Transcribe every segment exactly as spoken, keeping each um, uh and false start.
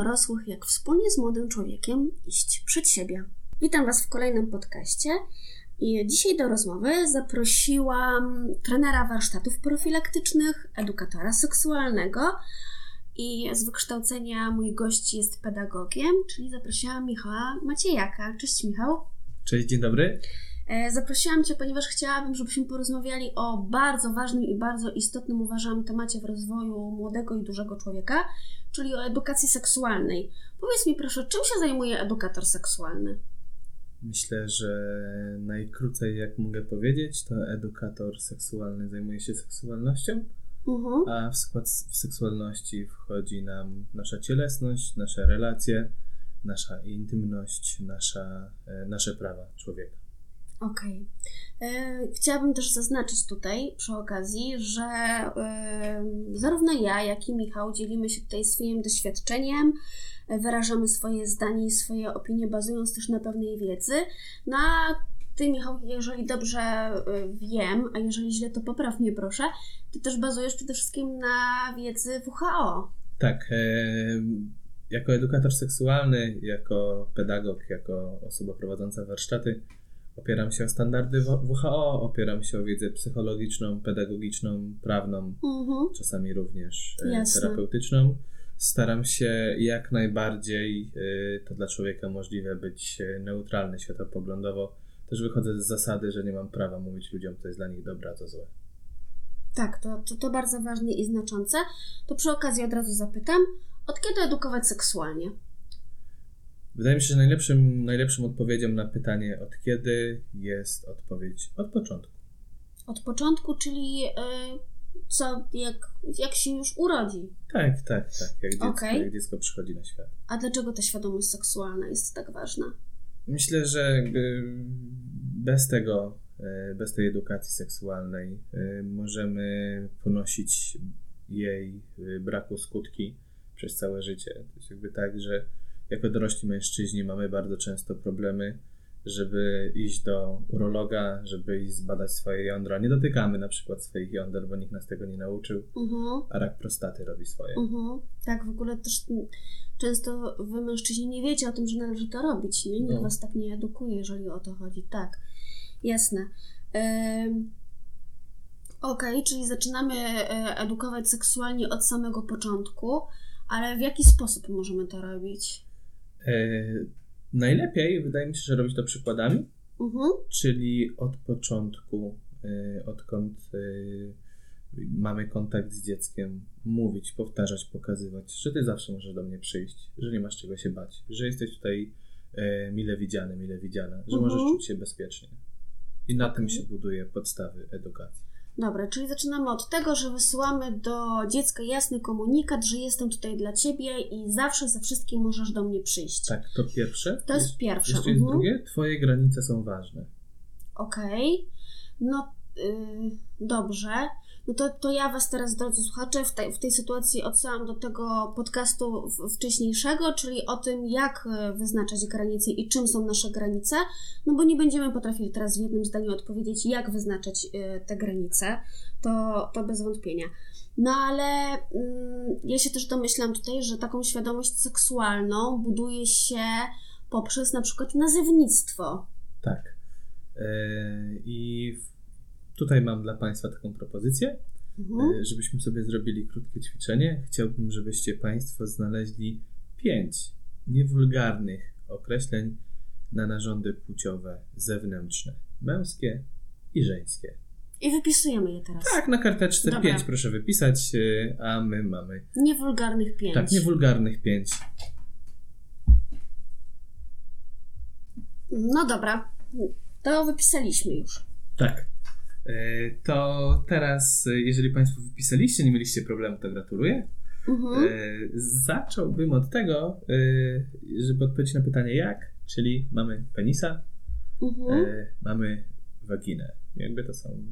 dorosłych, jak wspólnie z młodym człowiekiem iść przed siebie. Witam Was w kolejnym podcaście i dzisiaj do rozmowy zaprosiłam trenera warsztatów profilaktycznych, edukatora seksualnego i z wykształcenia mój gość jest pedagogiem, czyli zaprosiłam Michała Maciejaka. Cześć Michał. Cześć, dzień dobry. Zaprosiłam Cię, ponieważ chciałabym, żebyśmy porozmawiali o bardzo ważnym i bardzo istotnym, uważam, temacie w rozwoju młodego i dużego człowieka, czyli o edukacji seksualnej. Powiedz mi proszę, czym się zajmuje edukator seksualny? Myślę, że najkrócej jak mogę powiedzieć, to edukator seksualny zajmuje się seksualnością, uh-huh. a w skład w seksualności wchodzi nam nasza cielesność, nasze relacje, nasza intymność, nasza, nasze prawa człowieka. Okej. Okay. Chciałabym też zaznaczyć tutaj przy okazji, że y, zarówno ja, jak i Michał dzielimy się tutaj swoim doświadczeniem, wyrażamy swoje zdanie i swoje opinie, bazując też na pewnej wiedzy. No a Ty, Michał, jeżeli dobrze wiem, a jeżeli źle, to popraw mnie proszę, Ty też bazujesz przede wszystkim na wiedzy W H O. Tak. E, jako edukator seksualny, jako pedagog, jako osoba prowadząca warsztaty opieram się o standardy W H O, opieram się o wiedzę psychologiczną, pedagogiczną, prawną, uh-huh. czasami również Jasne. terapeutyczną. Staram się jak najbardziej, to dla człowieka możliwe, być neutralny światopoglądowo. Też wychodzę z zasady, że nie mam prawa mówić ludziom, co jest dla nich dobre, a co złe. Tak, to, to, to bardzo ważne i znaczące. To przy okazji od razu zapytam, od kiedy edukować seksualnie? Wydaje mi się, że najlepszym, najlepszym odpowiedzią na pytanie od kiedy jest odpowiedź od początku. Od początku, czyli yy, co, jak, jak się już urodzi? Tak, tak, tak. Jak dziecko, okay. jak dziecko przychodzi na świat. A dlaczego ta świadomość seksualna jest tak ważna? Myślę, że bez tego, bez tej edukacji seksualnej możemy ponosić jej braku skutki przez całe życie. To jest jakby tak, że jako dorośli mężczyźni mamy bardzo często problemy, żeby iść do urologa, żeby iść zbadać swoje jądra. Nie dotykamy na przykład swoich jąder, bo nikt nas tego nie nauczył, uh-huh. a rak prostaty robi swoje. Uh-huh. Tak, w ogóle też często wy mężczyźni nie wiecie o tym, że należy to robić. Nie? Nikt no. was tak nie edukuje, jeżeli o to chodzi. Tak, jasne. Ym... Okej, okay, czyli zaczynamy edukować seksualnie od samego początku, ale w jaki sposób możemy to robić? E, najlepiej wydaje mi się, że robić to przykładami, uh-huh. czyli od początku, e, odkąd e, mamy kontakt z dzieckiem, mówić, powtarzać, pokazywać, że ty zawsze możesz do mnie przyjść, że nie masz czego się bać, że jesteś tutaj e, mile widziany, mile widziana, że uh-huh. możesz czuć się bezpiecznie. I na okay. tym się buduje podstawy edukacji. Dobra, czyli zaczynamy od tego, że wysyłamy do dziecka jasny komunikat, że jestem tutaj dla Ciebie i zawsze ze wszystkim możesz do mnie przyjść. Tak, to pierwsze. To jest, jest pierwsze. Jeszcze jest uh-huh. drugie, Twoje granice są ważne. Okej, okay. no yy, dobrze. No to, to ja Was teraz, drodzy słuchacze, w tej, w tej sytuacji odsyłam do tego podcastu wcześniejszego, czyli o tym, jak wyznaczać granice i czym są nasze granice, no bo nie będziemy potrafili teraz w jednym zdaniu odpowiedzieć, jak wyznaczać te granice, to, to bez wątpienia. No ale mm, ja się też domyślam tutaj, że taką świadomość seksualną buduje się poprzez na przykład nazewnictwo. Tak. Yy, I tutaj mam dla Państwa taką propozycję, mhm. żebyśmy sobie zrobili krótkie ćwiczenie. Chciałbym, żebyście Państwo znaleźli pięć niewulgarnych określeń na narządy płciowe zewnętrzne, męskie i żeńskie. I wypisujemy je teraz. Tak, na karteczce Dobra. pięć proszę wypisać, a my mamy... Niewulgarnych pięć. Tak, niewulgarnych pięć. No dobra, to wypisaliśmy już. Tak. To teraz, jeżeli Państwo wypisaliście, nie mieliście problemu, to gratuluję. Uh-huh. Zacząłbym od tego, żeby odpowiedzieć na pytanie jak, czyli mamy penisa, uh-huh. mamy waginę. Jakby to są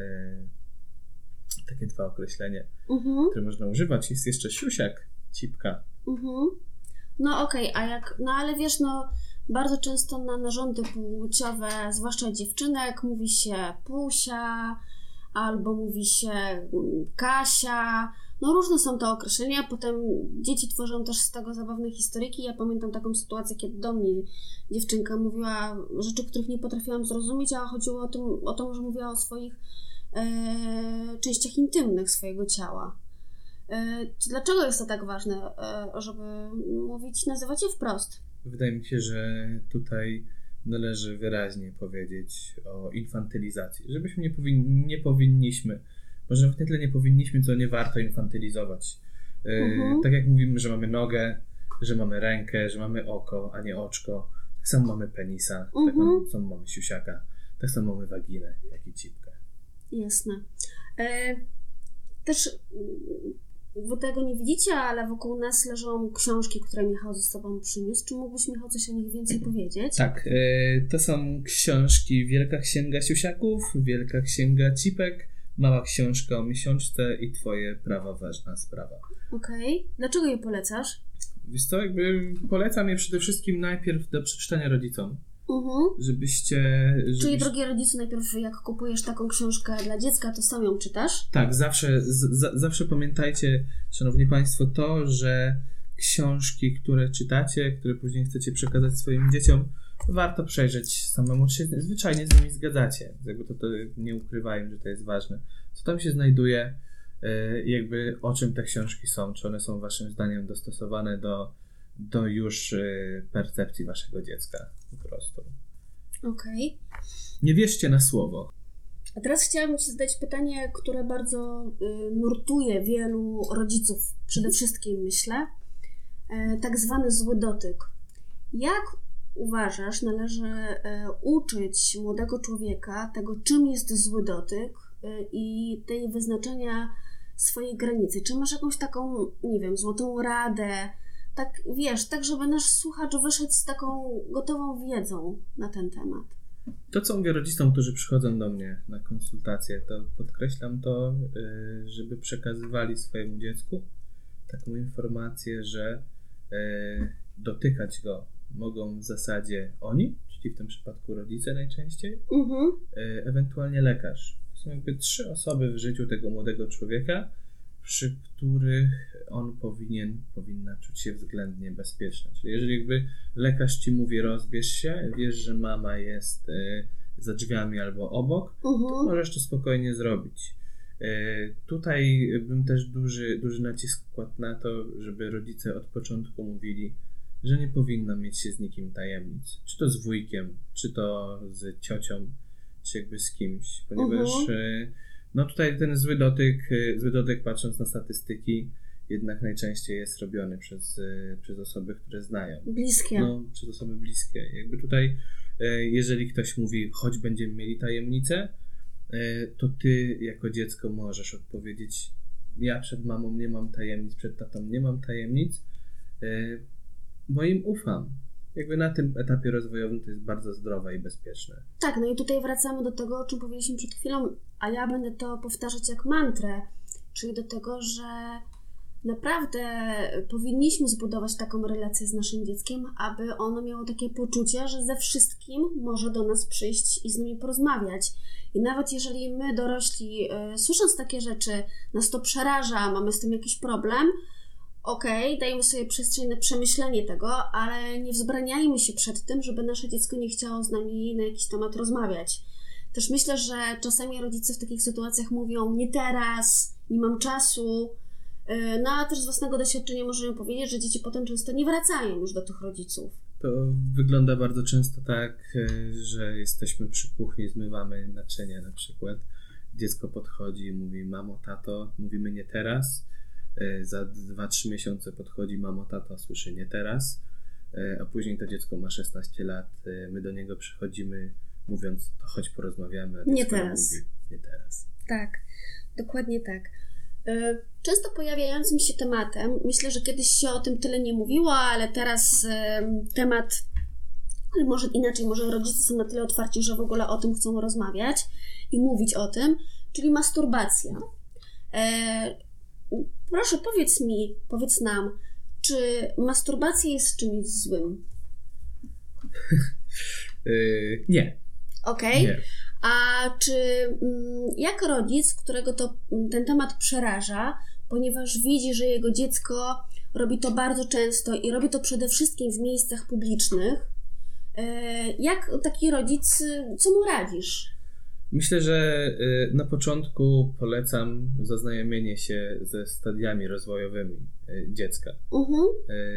takie dwa określenia, uh-huh. które można używać. Jest jeszcze siusiak, cipka. Uh-huh. No okej, okay, a jak, no ale wiesz, no bardzo często na narządy płciowe, zwłaszcza dziewczynek, mówi się Pusia albo mówi się Kasia. No różne są te określenia, potem dzieci tworzą też z tego zabawne historyjki. Ja pamiętam taką sytuację, kiedy do mnie dziewczynka mówiła rzeczy, których nie potrafiłam zrozumieć, a chodziło o, tym, o to, że mówiła o swoich e, częściach intymnych swojego ciała. E, dlaczego jest to tak ważne, e, żeby mówić, nazywać je wprost? Wydaje mi się, że tutaj należy wyraźnie powiedzieć o infantylizacji, żebyśmy nie, powin- nie powinniśmy, może nawet nie tyle nie powinniśmy, co nie warto infantylizować. Yy, mhm. Tak jak mówimy, że mamy nogę, że mamy rękę, że mamy oko, a nie oczko, tak samo mamy penisa, mhm. tak samo mamy siusiaka, tak samo mamy waginę, jak i cipkę. Jasne. E, też wy tego nie widzicie, ale wokół nas leżą książki, które Michał ze sobą przyniósł. Czy mógłbyś, Michał, coś o nich więcej powiedzieć? Tak, yy, to są książki Wielka Księga Siusiaków, Wielka Księga Cipek, Mała Książka o Miesiączce i Twoje prawa, ważna sprawa. Okej. Okay. Dlaczego je polecasz? Wiesz co, jakby polecam je przede wszystkim najpierw do przeczytania rodzicom. Uh-huh. Żebyście... żebyś... Czyli drogi rodzice, najpierw jak kupujesz taką książkę dla dziecka, to sam ją czytasz? Tak, zawsze, z, zawsze pamiętajcie, szanowni państwo, to, że książki, które czytacie, które później chcecie przekazać swoim dzieciom, warto przejrzeć samemu, czy się zwyczajnie z nimi zgadzacie. Jakby to, to nie ukrywają, że to jest ważne. Co tam się znajduje, jakby o czym te książki są, czy one są waszym zdaniem dostosowane do, do już percepcji waszego dziecka po prostu. Okej. Okay. Nie wierzcie na słowo. A teraz chciałabym ci zadać pytanie, które bardzo y, nurtuje wielu rodziców, przede wszystkim myślę. E, tak zwany zły dotyk. Jak uważasz, należy e, uczyć młodego człowieka tego, czym jest zły dotyk e, i tej wyznaczenia swojej granicy? Czy masz jakąś taką, nie wiem, złotą radę, tak wiesz, tak żeby nasz słuchacz wyszedł z taką gotową wiedzą na ten temat? To, co mówię rodzicom, którzy przychodzą do mnie na konsultacje, to podkreślam to, y, żeby przekazywali swojemu dziecku taką informację, że y, dotykać go mogą w zasadzie oni, czyli w tym przypadku rodzice najczęściej, uh-huh. e, ewentualnie lekarz. To są jakby trzy osoby w życiu tego młodego człowieka, przy których on powinien, powinna czuć się względnie bezpieczna. Czyli jeżeli jakby lekarz ci mówi rozbierz się, wiesz, że mama jest e, za drzwiami albo obok, uh-huh. to możesz to spokojnie zrobić. E, tutaj bym też duży, duży nacisk kładł na to, żeby rodzice od początku mówili, że nie powinno mieć się z nikim tajemnic. Czy to z wujkiem, czy to z ciocią, czy jakby z kimś. Ponieważ uh-huh. no tutaj ten zły dotyk, zły dotyk patrząc na statystyki, jednak najczęściej jest robiony przez, przez osoby, które znają. Bliskie. No, przez osoby bliskie. Jakby tutaj, jeżeli ktoś mówi, choć będziemy mieli tajemnicę, to ty jako dziecko możesz odpowiedzieć, ja przed mamą nie mam tajemnic, przed tatą nie mam tajemnic, bo im ufam. Jakby na tym etapie rozwojowym to jest bardzo zdrowe i bezpieczne. Tak, no i tutaj wracamy do tego, o czym powiedzieliśmy przed chwilą, a ja będę to powtarzać jak mantrę, czyli do tego, że naprawdę powinniśmy zbudować taką relację z naszym dzieckiem, aby ono miało takie poczucie, że ze wszystkim może do nas przyjść i z nami porozmawiać. I nawet jeżeli my dorośli, yy, słysząc takie rzeczy, nas to przeraża, mamy z tym jakiś problem, okej, okay, dajmy sobie przestrzeń na przemyślenie tego, ale nie wzbraniajmy się przed tym, żeby nasze dziecko nie chciało z nami na jakiś temat rozmawiać. Też myślę, że czasami rodzice w takich sytuacjach mówią nie teraz, nie mam czasu, no a też z własnego doświadczenia możemy powiedzieć, że dzieci potem często nie wracają już do tych rodziców. To wygląda bardzo często tak, że jesteśmy przy kuchni, zmywamy naczynia na przykład. Dziecko podchodzi i mówi mamo, tato, mówimy nie teraz. Za dwa trzy miesiące podchodzi mamo, tato, słyszy nie teraz, a później to dziecko ma szesnaście lat, my do niego przychodzimy mówiąc, to chodź porozmawiamy, a nie teraz. Mówi, nie teraz. Tak, dokładnie tak. Często pojawiającym się tematem, myślę, że kiedyś się o tym tyle nie mówiło, ale teraz temat, ale może inaczej, może rodzice są na tyle otwarci, że w ogóle o tym chcą rozmawiać i mówić o tym, czyli masturbacja. Proszę, powiedz mi, powiedz nam, czy masturbacja jest czymś złym? yy, nie. Okej. Okay. A czy jak rodzic, którego to ten temat przeraża, ponieważ widzi, że jego dziecko robi to bardzo często i robi to przede wszystkim w miejscach publicznych. Jak taki rodzic, co mu radzisz? Myślę, że na początku polecam zaznajomienie się ze stadiami rozwojowymi dziecka. Uh-huh.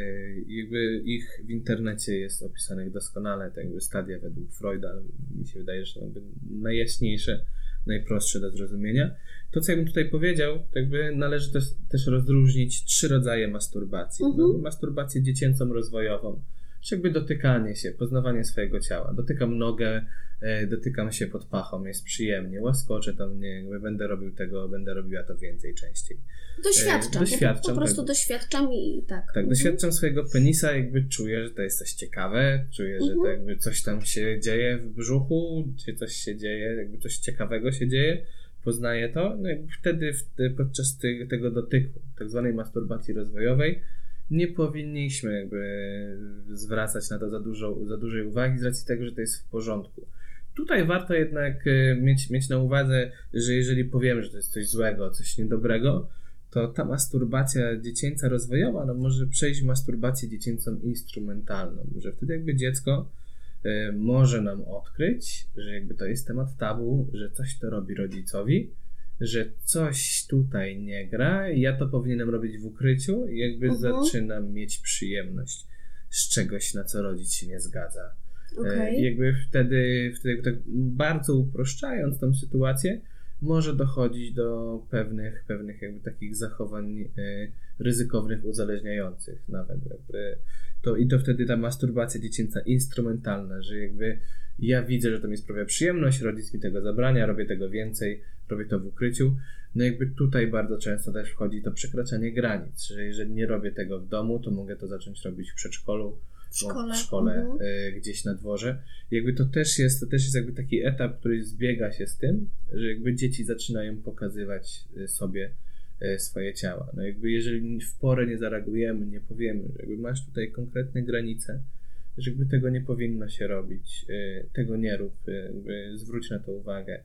Jakby ich w internecie jest opisanych doskonale, tak jakby stadia według Freuda. Mi się wydaje, że to jakby najjaśniejsze, najprostsze do zrozumienia. To, co ja bym tutaj powiedział, to jakby należy też, też rozróżnić trzy rodzaje masturbacji. Uh-huh. No, masturbację dziecięcą rozwojową, czy jakby dotykanie się, poznawanie swojego ciała. Dotykam nogę, e, dotykam się pod pachą, jest przyjemnie, łaskoczę to mnie, jakby będę robił tego, będę robiła to więcej, częściej. Doświadczam, e, doświadczam po, po prostu tak, doświadczam i tak. Tak, mhm. doświadczam swojego penisa, jakby czuję, że to jest coś ciekawe, czuję, mhm. że to jakby coś tam się dzieje w brzuchu, czy coś się dzieje, jakby coś ciekawego się dzieje, poznaję to, no jakby wtedy, wtedy podczas ty, tego dotyku, tak zwanej masturbacji rozwojowej, nie powinniśmy jakby zwracać na to za, dużo, za dużej uwagi z racji tego, że to jest w porządku. Tutaj warto jednak mieć, mieć na uwadze, że jeżeli powiemy, że to jest coś złego, coś niedobrego, to ta masturbacja dziecięca rozwojowa no może przejść w masturbację dziecięcą instrumentalną, że wtedy jakby dziecko y, może nam odkryć, że jakby to jest temat tabu, że coś to robi rodzicowi, że coś tutaj nie gra, ja to powinienem robić w ukryciu i jakby uh-huh. zaczynam mieć przyjemność z czegoś, na co rodzic się nie zgadza. Okay. I jakby wtedy, wtedy tak bardzo uproszczając tą sytuację, może dochodzić do pewnych, pewnych jakby takich zachowań y, ryzykownych, uzależniających nawet. Jakby to, I to wtedy ta masturbacja dziecięca instrumentalna, że jakby ja widzę, że to mi sprawia przyjemność, rodzic mi tego zabrania, robię tego więcej, robię to w ukryciu. No jakby tutaj bardzo często też wchodzi to przekraczanie granic, że jeżeli nie robię tego w domu, to mogę to zacząć robić w przedszkolu, w szkole, w szkole mhm. y, gdzieś na dworze. Jakby to też jest, to też jest jakby taki etap, który zbiega się z tym, że jakby dzieci zaczynają pokazywać sobie y, swoje ciała. No jakby jeżeli w porę nie zareagujemy, nie powiemy, że jakby masz tutaj konkretne granice, że jakby tego nie powinno się robić, y, tego nie rób, y, zwróć na to uwagę.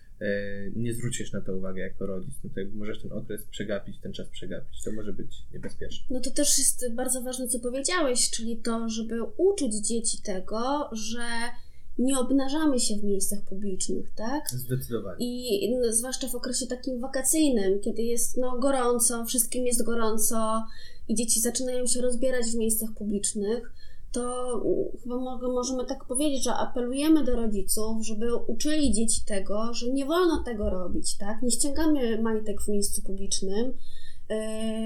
Nie zwrócisz na to uwagę jako rodzic, no to jakby możesz ten okres przegapić, ten czas przegapić, to może być niebezpieczne. No to też jest bardzo ważne, co powiedziałeś, czyli to, żeby uczyć dzieci tego, że nie obnażamy się w miejscach publicznych, tak? Zdecydowanie. I no, zwłaszcza w okresie takim wakacyjnym, kiedy jest no gorąco, wszystkim jest gorąco i dzieci zaczynają się rozbierać w miejscach publicznych, to chyba możemy tak powiedzieć, że apelujemy do rodziców, żeby uczyli dzieci tego, że nie wolno tego robić, tak? Nie ściągamy majtek w miejscu publicznym, yy,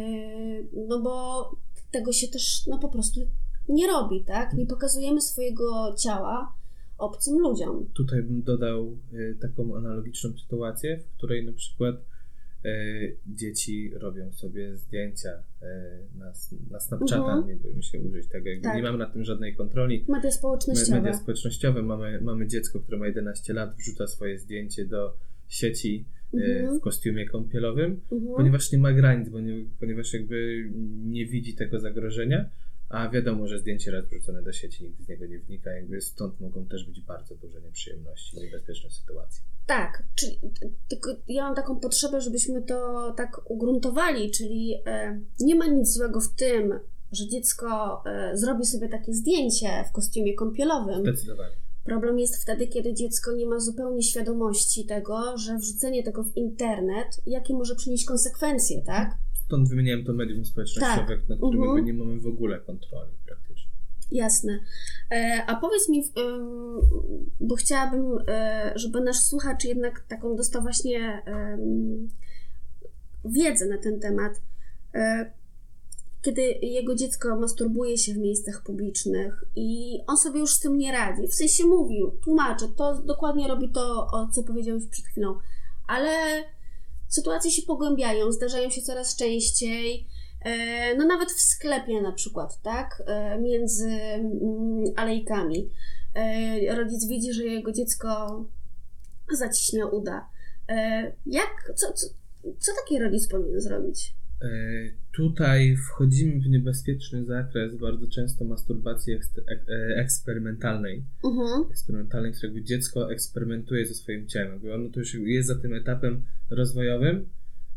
no bo tego się też no po prostu nie robi, tak? Nie pokazujemy swojego ciała obcym ludziom. Tutaj bym dodał y, taką analogiczną sytuację, w której na przykład y, dzieci robią sobie zdjęcia y, na, na Snapchata, uh-huh. nie boimy się użyć tego, jakby tak. nie mamy nad tym żadnej kontroli. Media społecznościowe. Media społecznościowe. Mamy, mamy dziecko, które ma jedenaście lat, wrzuca swoje zdjęcie do sieci uh-huh. y, w kostiumie kąpielowym, uh-huh. ponieważ nie ma granic, bo nie, ponieważ jakby nie widzi tego zagrożenia. A wiadomo, że zdjęcie raz wrzucone do sieci nikt z niego nie wnika, jakby stąd mogą też być bardzo duże nieprzyjemności, niebezpieczne sytuacje. Tak, czyli tylko ja mam taką potrzebę, żebyśmy to tak ugruntowali, czyli e, nie ma nic złego w tym, że dziecko e, zrobi sobie takie zdjęcie w kostiumie kąpielowym. Zdecydowanie. Problem jest wtedy, kiedy dziecko nie ma zupełnie świadomości tego, że wrzucenie tego w internet, jakie może przynieść konsekwencje, tak? Stąd wymieniałem to medium społecznościowe, tak. nad którym uh-huh. nie mamy w ogóle kontroli praktycznie. Jasne. E, a powiedz mi, um, bo chciałabym, e, żeby nasz słuchacz jednak taką dostał właśnie um, wiedzę na ten temat. E, kiedy jego dziecko masturbuje się w miejscach publicznych i on sobie już z tym nie radzi, w sensie mówił, tłumaczy, to dokładnie robi to, o co powiedziałeś przed chwilą, ale sytuacje się pogłębiają, zdarzają się coraz częściej, no nawet w sklepie na przykład, tak, między alejkami. Rodzic widzi, że jego dziecko zaciśnia uda. Jak, co, co, co taki rodzic powinien zrobić? Tutaj wchodzimy w niebezpieczny zakres bardzo często masturbacji eks- eksperymentalnej. Uh-huh. Eksperymentalnej, w której dziecko eksperymentuje ze swoim ciałem. Ono to już jest za tym etapem rozwojowym,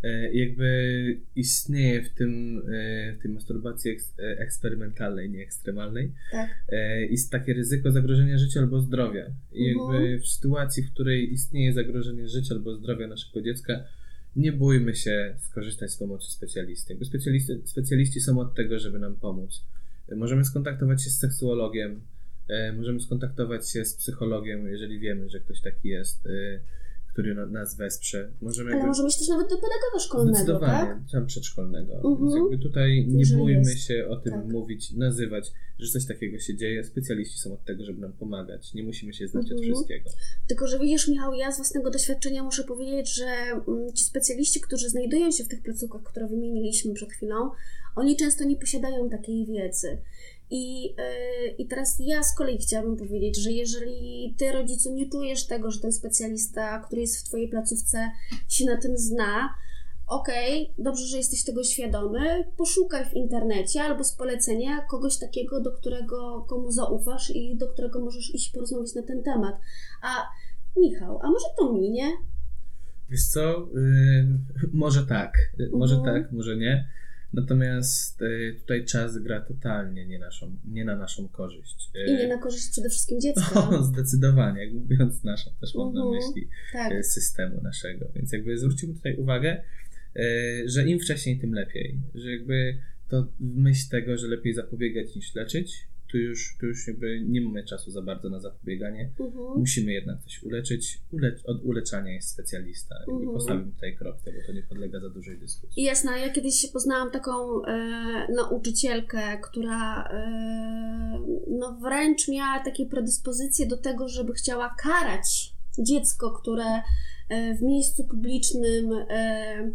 jakby istnieje w tym, w tej masturbacji eks, eksperymentalnej, nie ekstremalnej, tak. jest takie ryzyko zagrożenia życia albo zdrowia. I Mhm. jakby w sytuacji, w której istnieje zagrożenie życia albo zdrowia naszego dziecka, nie bójmy się skorzystać z pomocy specjalisty. Jakby specjaliści, specjaliści są od tego, żeby nam pomóc. Możemy skontaktować się z seksuologiem, możemy skontaktować się z psychologiem, jeżeli wiemy, że ktoś taki jest, który nas wesprze. Możemy Ale jakby... może mieć też nawet do pedagoga szkolnego, Zdecydowanie, tak? tam przedszkolnego. Mhm. Więc jakby tutaj nie Jeżeli bójmy jest. się o tym Tak. mówić, nazywać, że coś takiego się dzieje. Specjaliści są od tego, żeby nam pomagać. Nie musimy się znać Mhm. od wszystkiego. Tylko, że widzisz, Michał, ja z własnego doświadczenia muszę powiedzieć, że mm, ci specjaliści, którzy znajdują się w tych placówkach, które wymieniliśmy przed chwilą, oni często nie posiadają takiej wiedzy. I, yy, I teraz ja z kolei chciałabym powiedzieć, że jeżeli ty, rodzicu, nie czujesz tego, że ten specjalista, który jest w twojej placówce, się na tym zna, okej, okay, dobrze, że jesteś tego świadomy, poszukaj w internecie albo z polecenia kogoś takiego, do którego, komu zaufasz i do którego możesz iść porozmawiać na ten temat. A Michał, a może to minie? Wiesz co, yy, może tak, może Mhm. tak, może nie. Natomiast y, tutaj czas gra totalnie nie, naszą, nie na naszą korzyść. Y, I nie na korzyść przede wszystkim dziecka. O, zdecydowanie, jak mówiąc naszą, też mam na Mhm. myśli Tak. y, systemu naszego. Więc jakby zwróciłbym tutaj uwagę, y, że im wcześniej, tym lepiej. Że jakby to w myśl tego, że lepiej zapobiegać niż leczyć, tu już, tu już jakby nie mamy czasu za bardzo na zapobieganie. Mhm. Musimy jednak coś uleczyć. Ule- od uleczania jest specjalista. Jakby Mhm. postawimy tutaj krok, bo to nie podlega za dużej dyskusji. Jasne, ja kiedyś poznałam taką e, nauczycielkę, która e, no wręcz miała takie predyspozycje do tego, żeby chciała karać dziecko, które e, w miejscu publicznym e,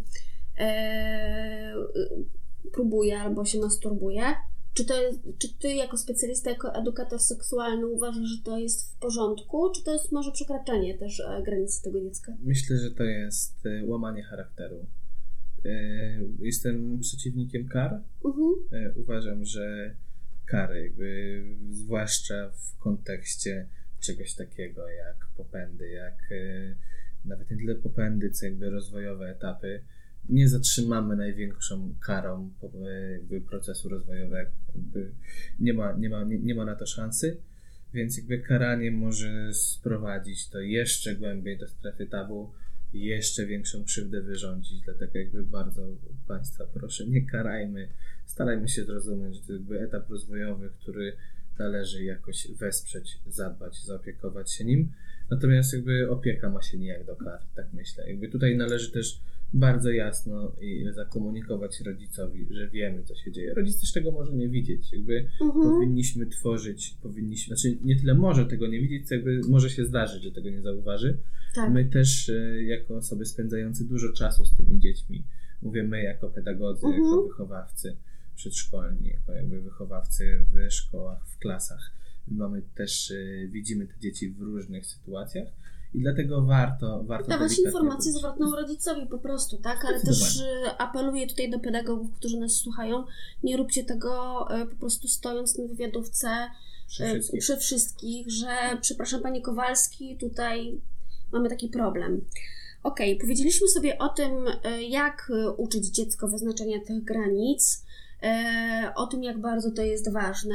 e, próbuje albo się masturbuje. Czy, to jest, czy ty jako specjalista, jako edukator seksualny uważasz, że to jest w porządku, czy to jest może przekraczanie też e, granicy tego dziecka? Myślę, że to jest y, łamanie charakteru. Y, Jestem przeciwnikiem kar. Mhm. Y, Uważam, że kary, jakby zwłaszcza w kontekście czegoś takiego jak popędy, jak y, nawet nie tyle popędy, co jakby rozwojowe etapy, nie zatrzymamy największą karą jakby procesu rozwojowego. Jakby nie ma, nie ma, nie, nie ma na to szansy, więc jakby karanie może sprowadzić to jeszcze głębiej do strefy tabu, jeszcze większą krzywdę wyrządzić, dlatego jakby bardzo Państwa proszę, nie karajmy, starajmy się zrozumieć, że to jakby etap rozwojowy, który należy jakoś wesprzeć, zadbać, zaopiekować się nim, natomiast jakby opieka ma się nijak do kar, tak myślę. Jakby tutaj należy też bardzo jasno i zakomunikować rodzicowi, że wiemy, co się dzieje. Rodzic też tego może nie widzieć. Jakby Mhm. powinniśmy tworzyć, powinniśmy, znaczy nie tyle może tego nie widzieć, co jakby może się zdarzyć, że tego nie zauważy. Tak. My też e, jako osoby spędzające dużo czasu z tymi dziećmi, mówię my jako pedagodzy, Mhm. jako wychowawcy przedszkolni, jako jakby wychowawcy w szkołach, w klasach, mamy też, e, widzimy te dzieci w różnych sytuacjach. I dlatego warto, warto Dawać delikatnie informację powiedzieć. zwrotną rodzicowi po prostu, tak? Ale też y, apeluję tutaj do pedagogów, którzy nas słuchają, nie róbcie tego y, po prostu stojąc na wywiadówce Przy y, wszystkich. przy wszystkich, że przepraszam Panie Kowalski, tutaj mamy taki problem. Okej, okay, powiedzieliśmy sobie o tym, y, jak y, uczyć dziecko wyznaczania tych granic, y, o tym, jak bardzo to jest ważne.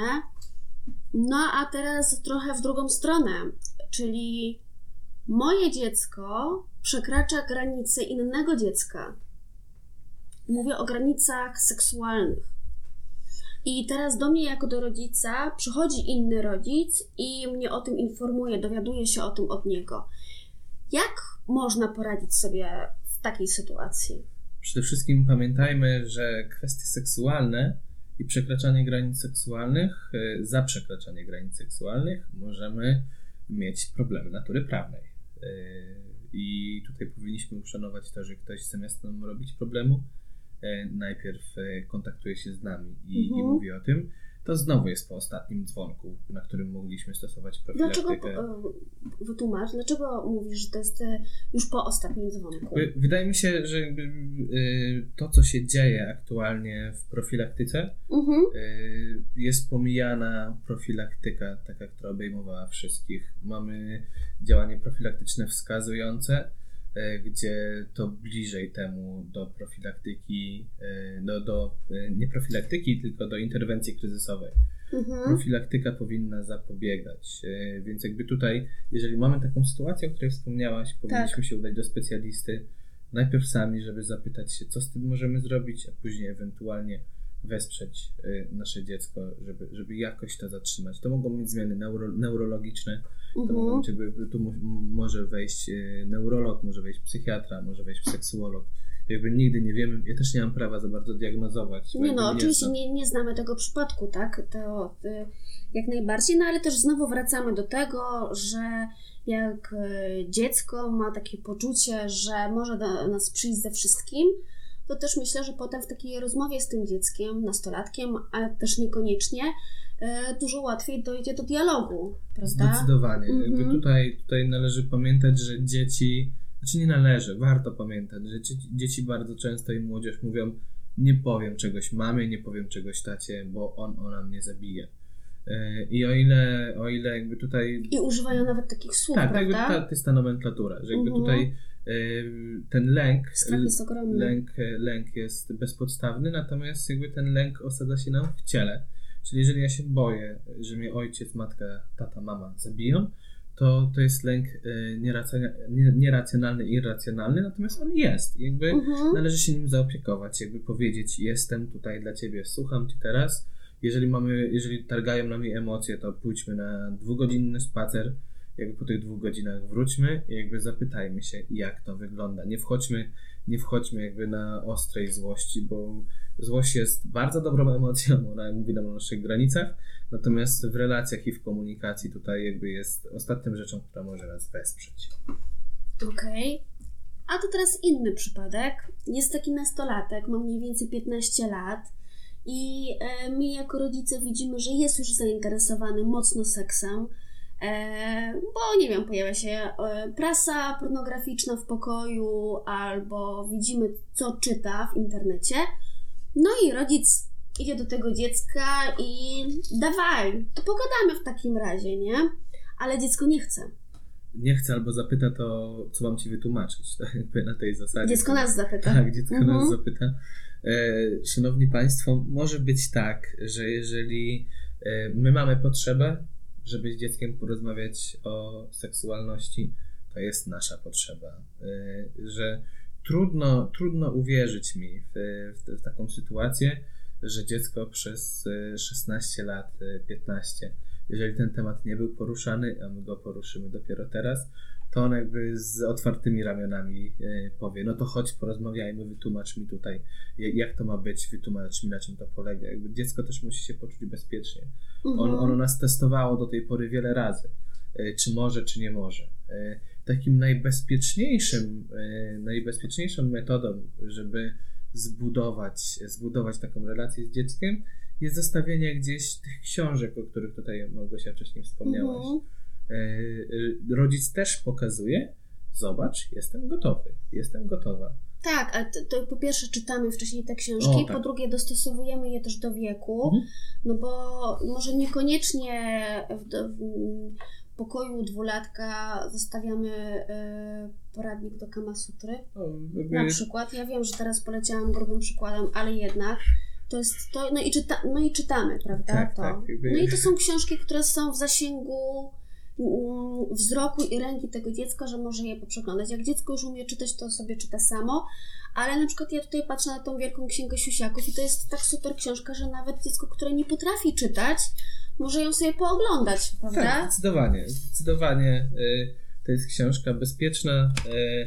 No a teraz trochę w drugą stronę, czyli moje dziecko przekracza granice innego dziecka. Mówię o granicach seksualnych. I teraz do mnie jako do rodzica przychodzi inny rodzic i mnie o tym informuje, dowiaduje się o tym od niego. Jak można poradzić sobie w takiej sytuacji? Przede wszystkim pamiętajmy, że kwestie seksualne i przekraczanie granic seksualnych, za przekraczanie granic seksualnych możemy mieć problemy natury prawnej. I tutaj powinniśmy uszanować to, że ktoś zamiast nam robić problemu, najpierw kontaktuje się z nami i, mhm. i mówi o tym. To znowu jest po ostatnim dzwonku, na którym mogliśmy stosować profilaktykę. Dlaczego, wytłumacz, dlaczego mówisz, że to jest już po ostatnim dzwonku? Wydaje mi się, że jakby to, co się dzieje aktualnie w profilaktyce, mhm. jest pomijana profilaktyka, taka, która obejmowała wszystkich. Mamy działanie profilaktyczne wskazujące, gdzie to bliżej temu do profilaktyki, do, do nie profilaktyki, tylko do interwencji kryzysowej. Mhm. Profilaktyka powinna zapobiegać, więc jakby tutaj, jeżeli mamy taką sytuację, o której wspomniałaś, powinniśmy tak. się udać do specjalisty, najpierw sami, żeby zapytać się, co z tym możemy zrobić, a później ewentualnie wesprzeć nasze dziecko, żeby, żeby jakoś to zatrzymać. To mogą być zmiany neuro, neurologiczne, to mhm. mogą być jakby, tu m- może wejść neurolog, może wejść psychiatra, może wejść seksuolog. Jakby nigdy nie wiemy, ja też nie mam prawa za bardzo diagnozować. Nie no, oczywiście nie, nie znamy tego przypadku, tak? To y, jak najbardziej, no ale też znowu wracamy do tego, że jak y, dziecko ma takie poczucie, że może do nas przyjść ze wszystkim, to też myślę, że potem w takiej rozmowie z tym dzieckiem, nastolatkiem, ale też niekoniecznie, y, dużo łatwiej dojdzie do dialogu, prawda? Zdecydowanie. Mhm. Jakby tutaj, tutaj należy pamiętać, że dzieci Znaczy nie należy, warto pamiętać, że dzieci bardzo często i młodzież mówią, nie powiem czegoś mamie, nie powiem czegoś tacie, bo on, ona mnie zabije. I o ile, o ile jakby tutaj... I używają nawet takich słów, tak, prawda? Tak, to jest ta nomenklatura, że jakby uh-huh. tutaj ten lęk, strach jest ogromny. Lęk, lęk jest bezpodstawny, natomiast jakby ten lęk osadza się nam w ciele. Czyli jeżeli ja się boję, że mnie ojciec, matka, tata, mama zabiją, to, to jest lęk y, nieracjonalny, irracjonalny, natomiast on jest. Jakby uh-huh. należy się nim zaopiekować, jakby powiedzieć, jestem tutaj dla ciebie, słucham cię teraz. Jeżeli mamy, jeżeli targają nami emocje, to pójdźmy na dwugodzinny spacer, jakby po tych dwóch godzinach wróćmy i jakby zapytajmy się, jak to wygląda. Nie wchodźmy, nie wchodźmy jakby na ostrej złości, bo złość jest bardzo dobrą emocją, ona mówi nam o naszych granicach, natomiast w relacjach i w komunikacji tutaj jakby jest ostatnią rzeczą, która może nas wesprzeć. Okej. Okay. A to teraz inny przypadek. Jest taki nastolatek, ma mniej więcej piętnaście lat i e, my jako rodzice widzimy, że jest już zainteresowany mocno seksem, e, bo nie wiem, pojawia się e, prasa pornograficzna w pokoju albo widzimy, co czyta w internecie. No i rodzic idzie do tego dziecka i dawaj, to pogadamy w takim razie, nie? Ale dziecko nie chce. Nie chce albo zapyta to, co mam ci wytłumaczyć, tak? Jakby na tej zasadzie. Dziecko nas zapyta. Tak, dziecko mhm. nas zapyta. E, szanowni Państwo, może być tak, że jeżeli e, my mamy potrzebę, żeby z dzieckiem porozmawiać o seksualności, to jest nasza potrzeba. E, że trudno, trudno uwierzyć mi w, w, w taką sytuację, że dziecko przez szesnaście lat, piętnaście, jeżeli ten temat nie był poruszany, a my go poruszymy dopiero teraz, to on jakby z otwartymi ramionami powie, no to chodź, porozmawiajmy, wytłumacz mi tutaj, jak to ma być, wytłumacz mi, na czym to polega. Jakby dziecko też musi się poczuć bezpiecznie. Mhm. On, ono nas testowało do tej pory wiele razy, czy może, czy nie może. Takim najbezpieczniejszym, najbezpieczniejszą metodą, żeby zbudować, zbudować taką relację z dzieckiem, jest zostawienie gdzieś tych książek, o których tutaj Małgosia wcześniej wspomniałaś. Mhm. Rodzic też pokazuje, zobacz, jestem gotowy, jestem gotowa. Tak, a to, to po pierwsze czytamy wcześniej te książki, o, tak. Po drugie dostosowujemy je też do wieku, mhm. no bo może niekoniecznie w, w pokoju dwulatka zostawiamy y, poradnik do Kama Sutry, o, jakby... na przykład. Ja wiem, że teraz poleciałam grubym przykładem, ale jednak to jest to, no i, czyta, no i czytamy, prawda? Tak, to. tak, jakby... No i to są książki, które są w zasięgu mm, wzroku i ręki tego dziecka, że może je poprzeglądać. Jak dziecko już umie czytać, to sobie czyta samo, ale na przykład ja tutaj patrzę na tą wielką księgę siusiaków i to jest tak super książka, że nawet dziecko, które nie potrafi czytać, może ją sobie pooglądać, prawda? Tak, zdecydowanie. Zdecydowanie y, to jest książka bezpieczna,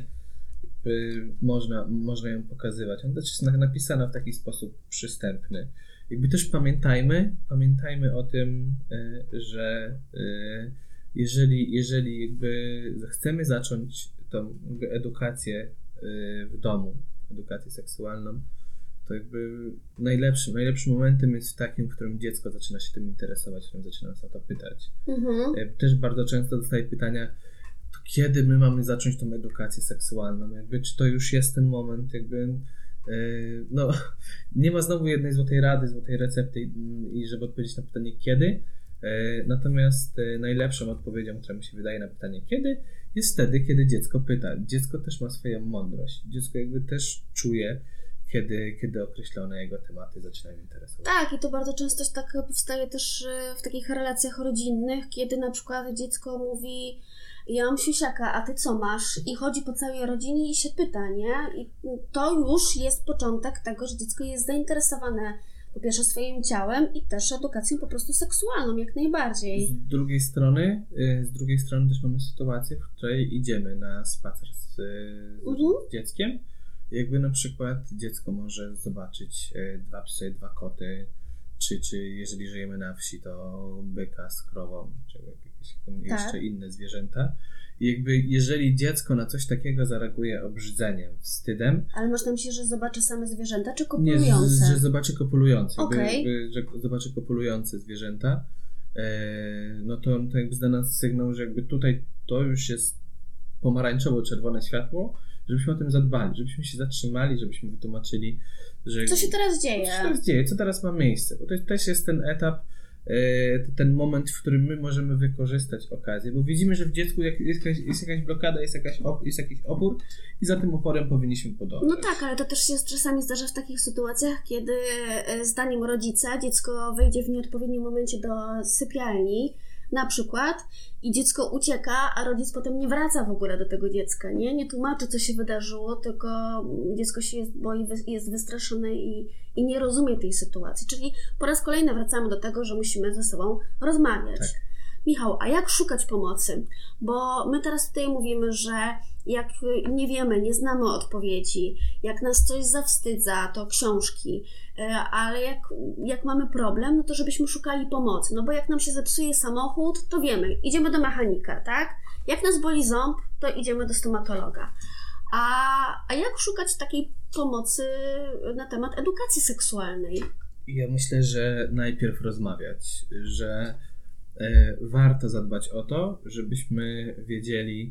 y, y, można, można ją pokazywać. Ona też jest napisana w taki sposób przystępny. Jakby też pamiętajmy, pamiętajmy o tym, y, że y, jeżeli, jeżeli jakby chcemy zacząć tą jakby edukację y, w domu, edukację seksualną, to jakby najlepszym, najlepszym momentem jest takim, w którym dziecko zaczyna się tym interesować, w którym zaczyna nas o to pytać. Mhm. Też bardzo często dostaję pytania, to kiedy my mamy zacząć tą edukację seksualną? Jakby, czy to już jest ten moment? Jakby, yy, no, nie ma znowu jednej złotej rady, złotej recepty i, i żeby odpowiedzieć na pytanie kiedy. Yy, natomiast yy, najlepszą odpowiedzią, która mi się wydaje na pytanie kiedy, jest wtedy, kiedy dziecko pyta. Dziecko też ma swoją mądrość. Dziecko jakby też czuje, kiedy, kiedy określone jego tematy zaczynają interesować. Tak, i to bardzo często tak powstaje też w takich relacjach rodzinnych, kiedy na przykład dziecko mówi: ja mam siusiaka, a ty co masz? I chodzi po całej rodzinie i się pyta, nie? I to już jest początek tego, że dziecko jest zainteresowane po pierwsze swoim ciałem i też edukacją po prostu seksualną, jak najbardziej. Z drugiej strony, z drugiej strony też mamy sytuację, w której idziemy na spacer z, z mhm. dzieckiem. Jakby na przykład dziecko może zobaczyć dwa psy, dwa koty, czy, czy jeżeli żyjemy na wsi, to byka z krową, czy jakieś tak. jeszcze inne zwierzęta. I jakby jeżeli dziecko na coś takiego zareaguje obrzydzeniem, wstydem... Ale masz na myśli, że zobaczy same zwierzęta, czy kopulujące? Nie, że zobaczy kopulujące. Okay. Jakby, jakby, że zobaczy kopulujące zwierzęta, e, no to, to jakby zda nas sygnał, że jakby tutaj to już jest pomarańczowo-czerwone światło, żebyśmy o tym zadbali, żebyśmy się zatrzymali, żebyśmy wytłumaczyli, że... Co się teraz dzieje? Co się teraz dzieje, co teraz ma miejsce, bo to też jest ten etap, ten moment, w którym my możemy wykorzystać okazję, bo widzimy, że w dziecku jest jakaś, jest jakaś blokada, jest, jakaś op, jest jakiś opór i za tym oporem powinniśmy podążać. No tak, ale to też się czasami zdarza w takich sytuacjach, kiedy zdaniem rodzica dziecko wejdzie w nieodpowiednim momencie do sypialni, na przykład, i dziecko ucieka, a rodzic potem nie wraca w ogóle do tego dziecka, nie? Nie tłumaczy, co się wydarzyło, tylko dziecko się jest, boi, jest wystraszone i, i nie rozumie tej sytuacji. Czyli po raz kolejny wracamy do tego, że musimy ze sobą rozmawiać. Tak. Michał, a jak szukać pomocy? Bo my teraz tutaj mówimy, że jak nie wiemy, nie znamy odpowiedzi, jak nas coś zawstydza, to książki, ale jak, jak mamy problem, no to żebyśmy szukali pomocy, no bo jak nam się zepsuje samochód, to wiemy, idziemy do mechanika, tak? Jak nas boli ząb, to idziemy do stomatologa. A, a jak szukać takiej pomocy na temat edukacji seksualnej? Ja myślę, że najpierw rozmawiać, że e, warto zadbać o to, żebyśmy wiedzieli,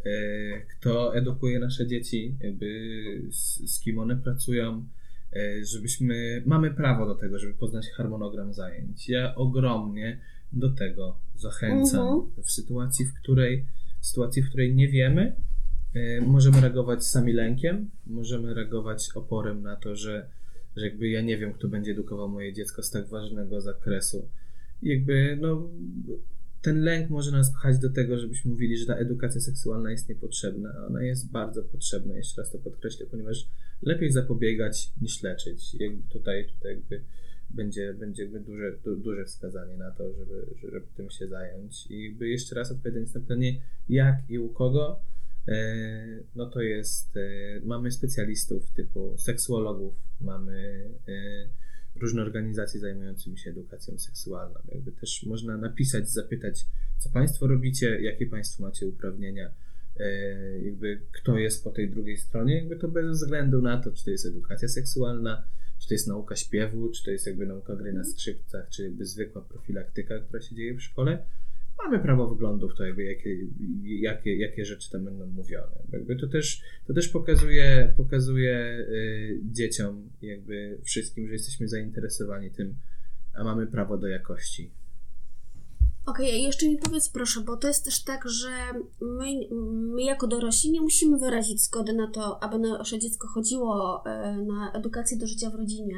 kto edukuje nasze dzieci, jakby z, z kim one pracują, żebyśmy, mamy prawo do tego, żeby poznać harmonogram zajęć. Ja ogromnie do tego zachęcam. Uh-huh. W sytuacji, w której, w sytuacji, w której nie wiemy, możemy reagować sami lękiem, możemy reagować oporem na to, że, że jakby ja nie wiem, kto będzie edukował moje dziecko z tak ważnego zakresu. I jakby, no... Ten lęk może nas pchać do tego, żebyśmy mówili, że ta edukacja seksualna jest niepotrzebna, a ona jest bardzo potrzebna, jeszcze raz to podkreślę, ponieważ lepiej zapobiegać niż leczyć. Jakby tutaj, tutaj jakby będzie, będzie jakby duże, du, duże wskazanie na to, żeby, żeby tym się zająć. I jakby jeszcze raz odpowiadając na pytanie, jak i u kogo, e, no to jest, e, mamy specjalistów typu seksuologów, mamy e, różne organizacje zajmującymi się edukacją seksualną. Jakby też można napisać, zapytać, co Państwo robicie, jakie Państwo macie uprawnienia, e, jakby kto jest po tej drugiej stronie, jakby to bez względu na to, czy to jest edukacja seksualna, czy to jest nauka śpiewu, czy to jest jakby nauka gry na skrzypcach, czy jakby zwykła profilaktyka, która się dzieje w szkole. Mamy prawo wglądu w to, jakby jakie, jakie, jakie rzeczy tam będą mówione. Jakby to też, to też pokazuje, pokazuje y, dzieciom, jakby wszystkim, że jesteśmy zainteresowani tym, a mamy prawo do jakości. Okej, okay, jeszcze mi powiedz proszę, bo to jest też tak, że my, my jako dorośli nie musimy wyrazić zgody na to, aby nasze dziecko chodziło na edukację do życia w rodzinie.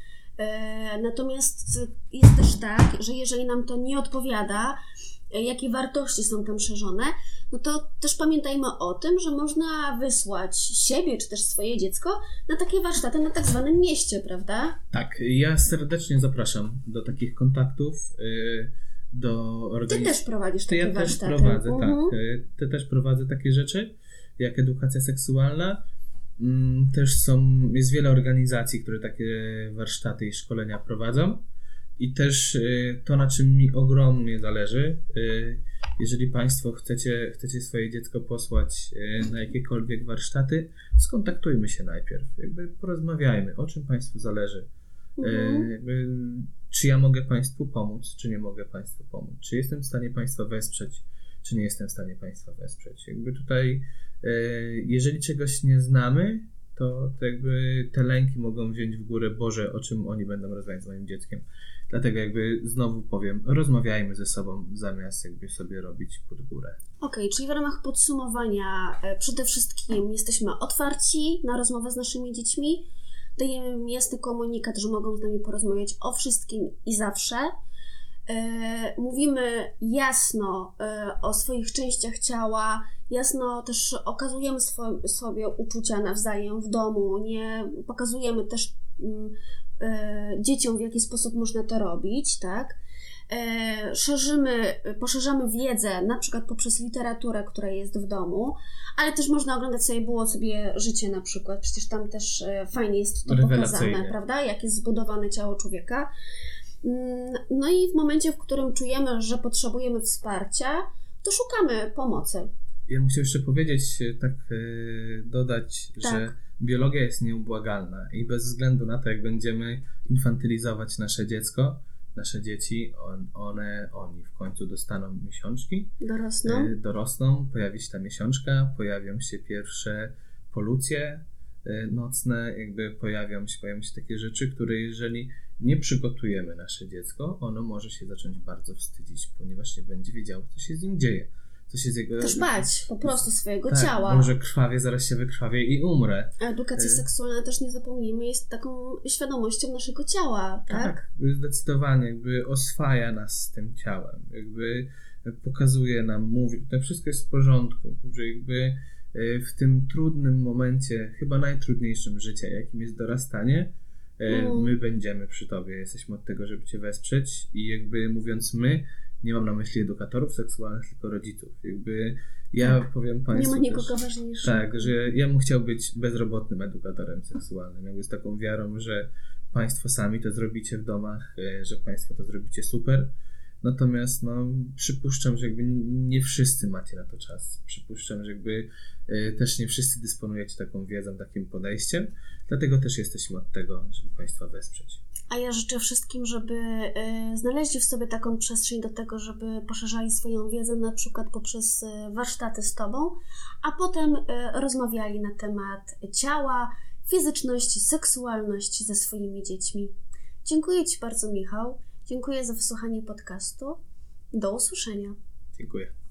Natomiast jest też tak, że jeżeli nam to nie odpowiada, jakie wartości są tam szerzone, no to też pamiętajmy o tym, że można wysłać siebie czy też swoje dziecko na takie warsztaty na tak zwanym mieście, prawda? Tak, ja serdecznie zapraszam do takich kontaktów, do organizacji. Ty też prowadzisz takie ja warsztaty. Ja też prowadzę, uh-huh. tak. Ty też prowadzę takie rzeczy, jak edukacja seksualna. Też są, jest wiele organizacji, które takie warsztaty i szkolenia prowadzą. I też to, na czym mi ogromnie zależy, jeżeli Państwo chcecie, chcecie swoje dziecko posłać na jakiekolwiek warsztaty, skontaktujmy się najpierw, jakby porozmawiajmy, o czym Państwu zależy. Mhm. Jakby, czy ja mogę Państwu pomóc, czy nie mogę Państwu pomóc, czy jestem w stanie Państwa wesprzeć, czy nie jestem w stanie Państwa wesprzeć. Jakby tutaj, jeżeli czegoś nie znamy, to, to jakby te lęki mogą wziąć w górę, Boże, o czym oni będą rozmawiać z moim dzieckiem. Dlatego jakby znowu powiem, rozmawiajmy ze sobą zamiast jakby sobie robić pod górę. Okej, okay, czyli w ramach podsumowania e, przede wszystkim jesteśmy otwarci na rozmowę z naszymi dziećmi, dajemy im jasny komunikat, że mogą z nami porozmawiać o wszystkim i zawsze. E, mówimy jasno e, o swoich częściach ciała, jasno też okazujemy swo- sobie uczucia nawzajem w domu, nie pokazujemy też mm, e, dzieciom, w jaki sposób można to robić, tak? E, szerzymy, poszerzamy wiedzę, na przykład poprzez literaturę, która jest w domu, ale też można oglądać sobie Było sobie życie na przykład, przecież tam też e, fajnie jest to pokazane, prawda? Jak jest zbudowane ciało człowieka. No i w momencie, w którym czujemy, że potrzebujemy wsparcia, to szukamy pomocy. Ja muszę jeszcze powiedzieć, tak yy, dodać, tak. że biologia jest nieubłagalna i bez względu na to, jak będziemy infantylizować nasze dziecko, nasze dzieci, on, one, oni w końcu dostaną miesiączki. Dorosną. Yy, dorosną, pojawi się ta miesiączka, pojawią się pierwsze polucje yy, nocne, jakby pojawią się, pojawią się takie rzeczy, które jeżeli nie przygotujemy nasze dziecko, ono może się zacząć bardzo wstydzić, ponieważ nie będzie wiedziało, co się z nim dzieje. Co się z jego... Też bać po prostu swojego tak, ciała. Może krwawie, zaraz się wykrwawię i umrę. A edukacja y- seksualna też nie zapomnijmy, jest taką świadomością naszego ciała, tak? Tak, zdecydowanie, jakby oswaja nas z tym ciałem, jakby pokazuje nam, mówi, to wszystko jest w porządku, że jakby w tym trudnym momencie, chyba najtrudniejszym życia, jakim jest dorastanie, Mm. my będziemy przy tobie, jesteśmy od tego, żeby cię wesprzeć i jakby mówiąc my, nie mam na myśli edukatorów seksualnych, tylko rodziców. Jakby ja tak. powiem Państwu nie ma nikogo ważniejszego. Tak, że ja bym chciał być bezrobotnym edukatorem seksualnym, jakby z taką wiarą, że Państwo sami to zrobicie w domach, że Państwo to zrobicie super. Natomiast no, przypuszczam, że jakby nie wszyscy macie na to czas. Przypuszczam, że jakby y, też nie wszyscy dysponujecie taką wiedzą, takim podejściem. Dlatego też jesteśmy od tego, żeby Państwa wesprzeć. A ja życzę wszystkim, żeby y, znaleźli w sobie taką przestrzeń do tego, żeby poszerzali swoją wiedzę, na przykład poprzez y, warsztaty z Tobą, a potem y, rozmawiali na temat ciała, fizyczności, seksualności ze swoimi dziećmi. Dziękuję Ci bardzo, Michał. Dziękuję za wysłuchanie podcastu. Do usłyszenia. Dziękuję.